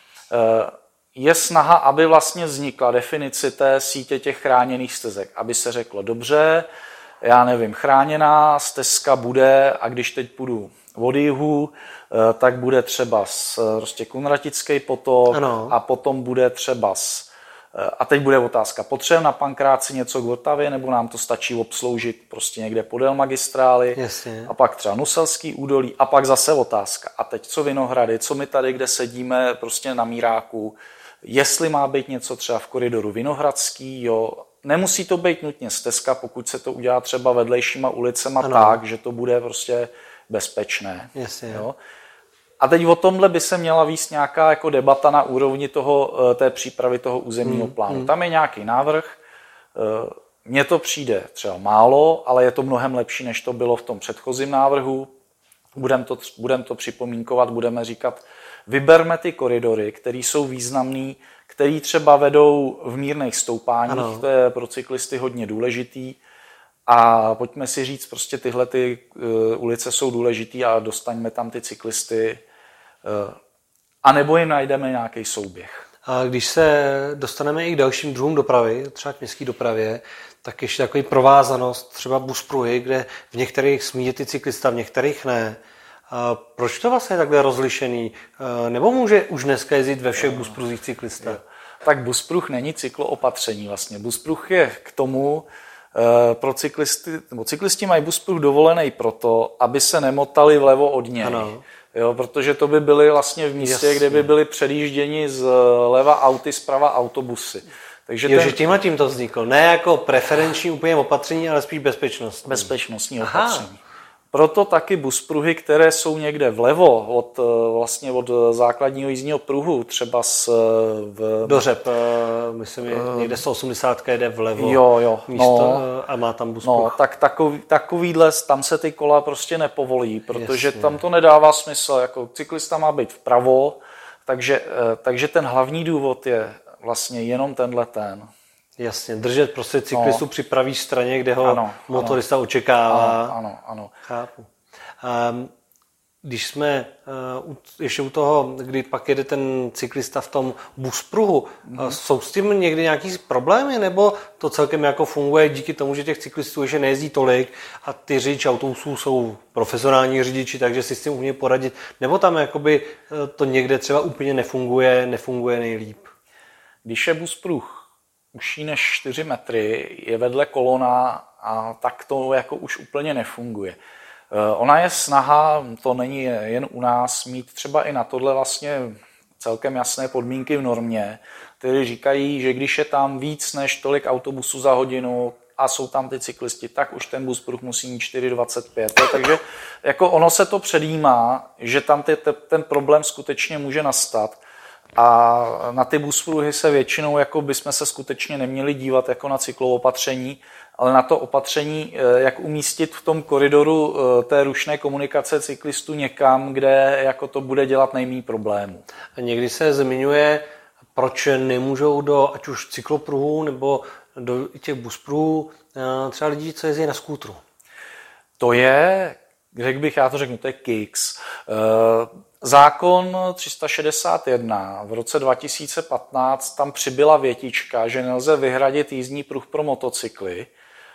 Je snaha, aby vlastně vznikla definice té sítě těch chráněných stezek, aby se řeklo dobře, já nevím, chráněná stezka bude, a když teď půjdu od jihu, tak bude třeba z prostě Kunratický potok ano. a potom bude třeba z, a teď bude otázka, potřebujeme na Pankráci něco k Vltavě, nebo nám to stačí obsloužit prostě někde podél magistrály. Jasně. A pak třeba Nuselský údolí a pak zase otázka. A teď co Vinohrady, co my tady, kde sedíme prostě na Míráku, jestli má být něco třeba v koridoru Vinohradský, jo. Nemusí to být nutně stezka, pokud se to udělá třeba vedlejšíma ulicema ano. tak, že to bude prostě bezpečné. Jasně. Jo. A teď o tomhle by se měla vést nějaká jako debata na úrovni toho, té přípravy toho územního hmm, plánu. Hmm. Tam je nějaký návrh, mně to přijde třeba málo, ale je to mnohem lepší, než to bylo v tom předchozím návrhu. Budeme to, budem to připomínkovat, budeme říkat, vyberme ty koridory, které jsou významné, které třeba vedou v mírných stoupáních, ano. to je pro cyklisty hodně důležitý. A pojďme si říct, prostě tyhle ty uh, ulice jsou důležitý a dostaňme tam ty cyklisty uh, a nebo jim najdeme nějaký souběh. A když se dostaneme i k dalším druhům dopravy, třeba k městské dopravě, tak ještě takový provázanost, třeba buspruhy, kde v některých smí jezdit ty cyklista, v některých ne. A proč to vlastně je takhle rozlišený? A nebo může už dneska jezdit ve všech buspruzích cyklista? Jo. Tak buspruh není cykloopatření vlastně. Buspruh je k tomu, pro cyklisty, nebo cyklisti mají buspruh dovolený proto, aby se nemotali vlevo od něj. Ano. Jo, protože to by byly vlastně v místě, Jasně. kde by byly předjížděni zleva auty, zprava autobusy. Takže jo, ten... že tímhle tím to vzniklo. Ne jako preferenční úplně opatření, ale spíš bezpečnostní. Bezpečnostní Aha. opatření. Proto taky buspruhy, které jsou někde vlevo od, vlastně od základního jízdního pruhu, třeba z... V... Dořep, myslím, je někde sto osmdesát jde vlevo jo, jo, místo no, a má tam buspruh. No, tak takový, takovýhle, tam se ty kola prostě nepovolí, protože Jasně. tam to nedává smysl. Jako cyklista má být vpravo, takže, takže ten hlavní důvod je vlastně jenom tenhle ten. Jasně, držet prostě cyklistu no. při pravé straně, kde ho ano, motorista ano. očekává. Ano, ano, ano. Chápu. Um, když jsme uh, ještě u toho, kdy pak jede ten cyklista v tom buspruhu, mm. uh, jsou s tím někdy nějaký problémy, nebo to celkem jako funguje díky tomu, že těch cyklistů ještě nejezdí tolik a ty řidiči autobusů jsou profesionální řidiči, takže si s tím umí poradit, nebo tam jakoby uh, to někde třeba úplně nefunguje, nefunguje nejlíp? Když je buspruh užší než čtyři metry, je vedle kolona a tak to jako už úplně nefunguje. Ona je snaha, to není jen u nás, mít třeba i na tohle vlastně celkem jasné podmínky v normě, které říkají, že když je tam víc než tolik autobusů za hodinu a jsou tam ty cyklisti, tak už ten buspruh musí mít čtyři dvacet pět. Takže jako ono se to předjímá, že tam ty, ten problém skutečně může nastat. A na ty buspruhy se většinou jako bychom se skutečně neměli dívat jako na cykloopatření, ale na to opatření, jak umístit v tom koridoru té rušné komunikace cyklistů někam, kde jako to bude dělat nejméně problémů. A někdy se zmiňuje, proč nemůžou do ať už cyklopruhů nebo do těch buspruhů třeba lidi, co jezdí na skútru. To je, řekl bych, já to řeknu, to je kiks. Zákon tři sta šedesát jedna v roce dva tisíce patnáct tam přibyla větička, že nelze vyhradit jízdní pruh pro motocykly.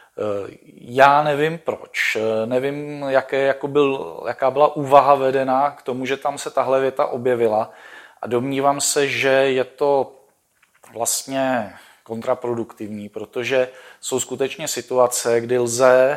Já nevím proč, nevím, jaké, jako byl, jaká byla úvaha vedena k tomu, že tam se tahle věta objevila a domnívám se, že je to vlastně kontraproduktivní, protože jsou skutečně situace, kdy lze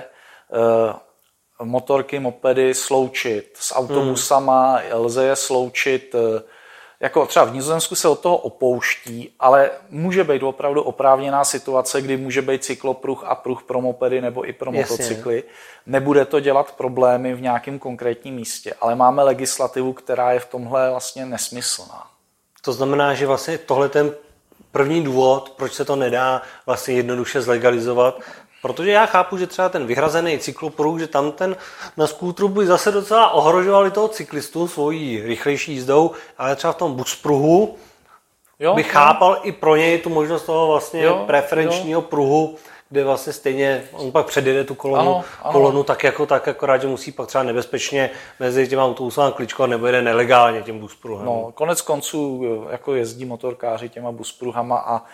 motorky, mopedy sloučit s autobusama, hmm. lze je sloučit, jako třeba v Nizozemsku se od toho opouští, ale může být opravdu oprávněná situace, kdy může být cyklopruh a pruh pro mopedy nebo i pro Jasně. motocykly. Nebude to dělat problémy v nějakém konkrétním místě, ale máme legislativu, která je v tomhle vlastně nesmyslná. To znamená, že vlastně tohle ten první důvod, proč se to nedá vlastně jednoduše zlegalizovat, protože já chápu, že třeba ten vyhrazený cyklopruh, že tam ten na skútru by zase docela ohrožovali toho cyklistu svojí rychlejší jízdou, ale třeba v tom buspruhu jo, bych jo. chápal i pro něj tu možnost toho vlastně jo, preferenčního jo. pruhu, kde vlastně stejně on pak předjede tu kolonu, ano, ano. kolonu tak jako tak, akorát, že musí pak třeba nebezpečně mezi těma autobusama kličkovat nebo jede nelegálně tím buspruhem. No, konec konců jako jezdí motorkáři těma buspruhama a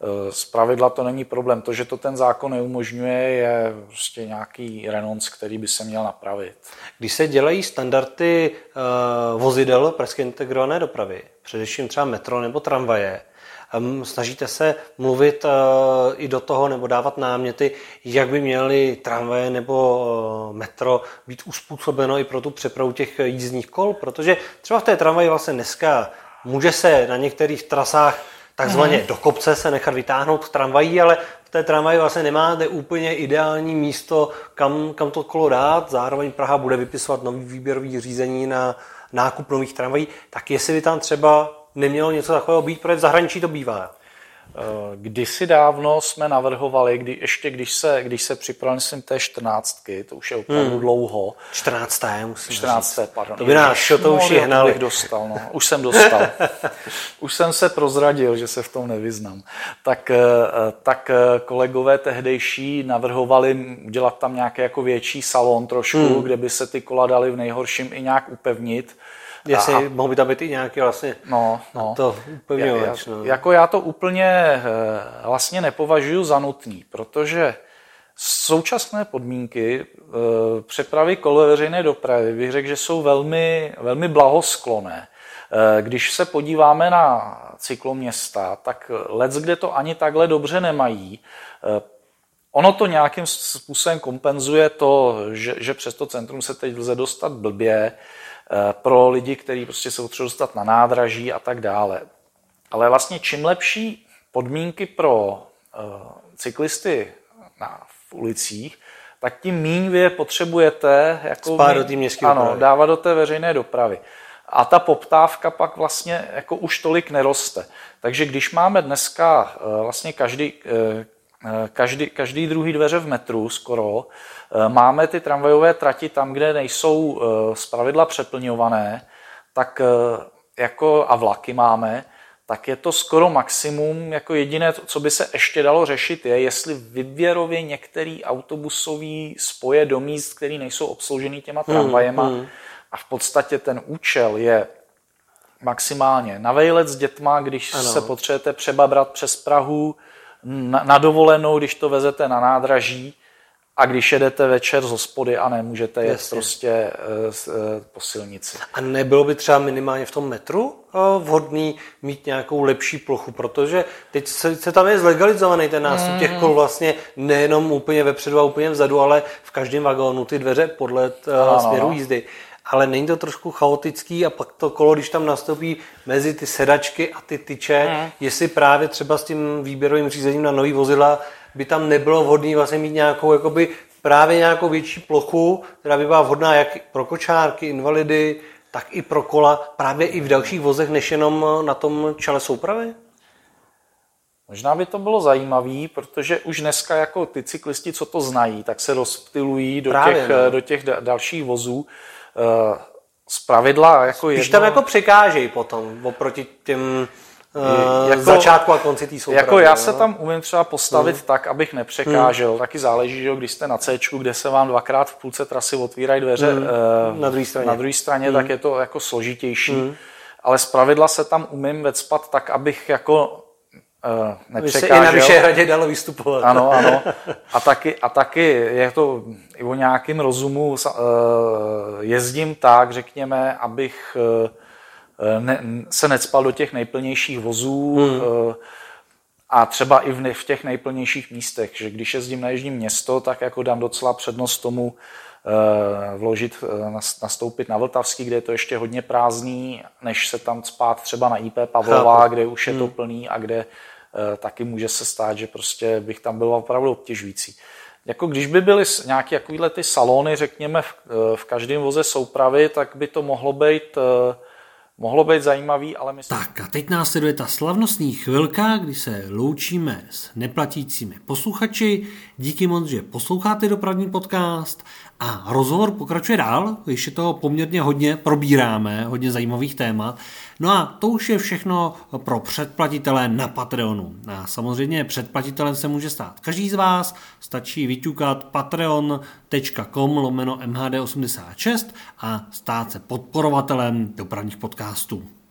Zpravidla to není problém. To, že to ten zákon neumožňuje, je prostě nějaký renonc, který by se měl napravit. Když se dělají standardy uh, vozidel pražské integrované dopravy, především třeba metro nebo tramvaje, um, snažíte se mluvit uh, i do toho nebo dávat náměty, jak by měly tramvaje nebo uh, metro být uspůsobeno i pro tu přepravu těch jízdních kol, protože třeba v té tramvaji vlastně dneska může se na některých trasách takzvaně mm. do kopce se nechat vytáhnout tramvají, ale v té tramvaji vlastně nemáte úplně ideální místo, kam, kam to kolo dát. Zároveň Praha bude vypisovat nový výběrový řízení na nákup nových tramvají. Tak jestli by tam třeba nemělo něco takového být, protože v zahraničí to bývá. Kdysi dávno jsme navrhovali, kdy, ještě když se, když se připravili jsem té čtrnáctky, to už je opravdu hmm. dlouho. čtrnácté musím čtrnácté, pardon. To by nás to už je hnali. Dostal, no. Už jsem dostal. Už jsem se prozradil, že se v tom nevyznám. Tak, tak kolegové tehdejší navrhovali udělat tam nějaký jako větší salon trošku, hmm. kde by se ty kola daly v nejhorším i nějak upevnit. Jestli mohl by tam být i nějaký vlastně no, no. to upevňovač. No. Jako já to úplně vlastně nepovažuji za nutný, protože současné podmínky přepravy kol ve veřejné dopravy bych řekl, že jsou velmi, velmi blahosklonné. Když se podíváme na cykloměsta, tak lec, kde to ani takhle dobře nemají, ono to nějakým způsobem kompenzuje to, že, že přes to centrum se teď lze dostat blbě, pro lidi, kteří prostě se potřebují dostat na nádraží a tak dále. Ale vlastně čím lepší podmínky pro uh, cyklisty na, v ulicích, tak tím míň vy je potřebujete jako spát do té městské ano, dopravy. dávat do té veřejné dopravy. A ta poptávka pak vlastně jako už tolik neroste. Takže když máme dneska uh, vlastně každý, uh, každý, každý druhý dveře v metru skoro, máme ty tramvajové trati tam, kde nejsou zpravidla přeplňované, tak jako a vlaky máme, tak je to skoro maximum. Jako jediné, co by se ještě dalo řešit, je, jestli výběrově některý autobusový spoje do míst, které nejsou obsloužený těma tramvajema, hmm, hmm. a v podstatě ten účel je maximálně na vejlet s dětma, když ano. se potřebujete přebabrat přes Prahu, na, na dovolenou, když to vezete na nádraží, a když jedete večer z hospody a nemůžete jet Jasně. prostě po silnici. A nebylo by třeba minimálně v tom metru vhodný mít nějakou lepší plochu, protože teď se, se tam je zlegalizovaný ten nástup mm. těch kol vlastně nejenom úplně vepředu a úplně vzadu, ale v každém vagónu ty dveře podle ano, směru no. jízdy. Ale není to trošku chaotický a pak to kolo, když tam nastoupí mezi ty sedačky a ty tyče, mm. jestli právě třeba s tím výběrovým řízením na nový vozidla by tam nebylo vhodné vlastně mít nějakou jakoby právě nějakou větší plochu, která by byla vhodná jak pro kočárky, invalidy, tak i pro kola, právě i v dalších vozech, než jenom na tom čele soupravy? Možná by to bylo zajímavé, protože už dneska jako ty cyklisti, co to znají, tak se rozptylují do, právě, těch, no. do těch dalších vozů. Zpravidla jako Když jedno... tam jako překážejí potom oproti těm uh, jako, začátku a konci té soupravy. Jako já no? se tam umím třeba postavit hmm. tak, abych nepřekážel. Hmm. Taky záleží, že když jste na Cčku, kde se vám dvakrát v půlce trasy otvírají dveře hmm. uh, na druhé straně, na druhé straně hmm. tak je to jako složitější. Hmm. Ale zpravidla se tam umím vecpat tak, abych jako Uh, nepřekážel. I na Vyšehradě dalo vystupovat. Ano, ano. A taky, a taky je to i o nějakém rozumu. Uh, jezdím tak, řekněme, abych uh, ne, se necpal do těch nejplnějších vozů hmm. uh, a třeba i v, v těch nejplnějších místech. Že když jezdím na jižní město, tak jako dám docela přednost tomu uh, vložit, uh, nastoupit na Vltavský, kde je to ještě hodně prázdný, než se tam cpát třeba na I P Pavlova, Chápu. kde už je to plný a kde taky může se stát, že prostě bych tam byl opravdu obtěžující. Jako když by byly nějaké takovéhle ty salony, řekněme, v, v každém voze soupravy, tak by to mohlo být, mohlo být zajímavý, ale myslím... Tak a teď následuje ta slavnostní chvilka, kdy se loučíme s neplatícími posluchači. Díky moc, že posloucháte dopravní podcast a rozhovor pokračuje dál, ještě toho poměrně hodně probíráme, hodně zajímavých témat. No a to už je všechno pro předplatitele na Patreonu. A samozřejmě předplatitelem se může stát každý z vás, stačí vyťukat patreon tečka com lomeno M H D osmdesát šest a stát se podporovatelem dopravních podcastů.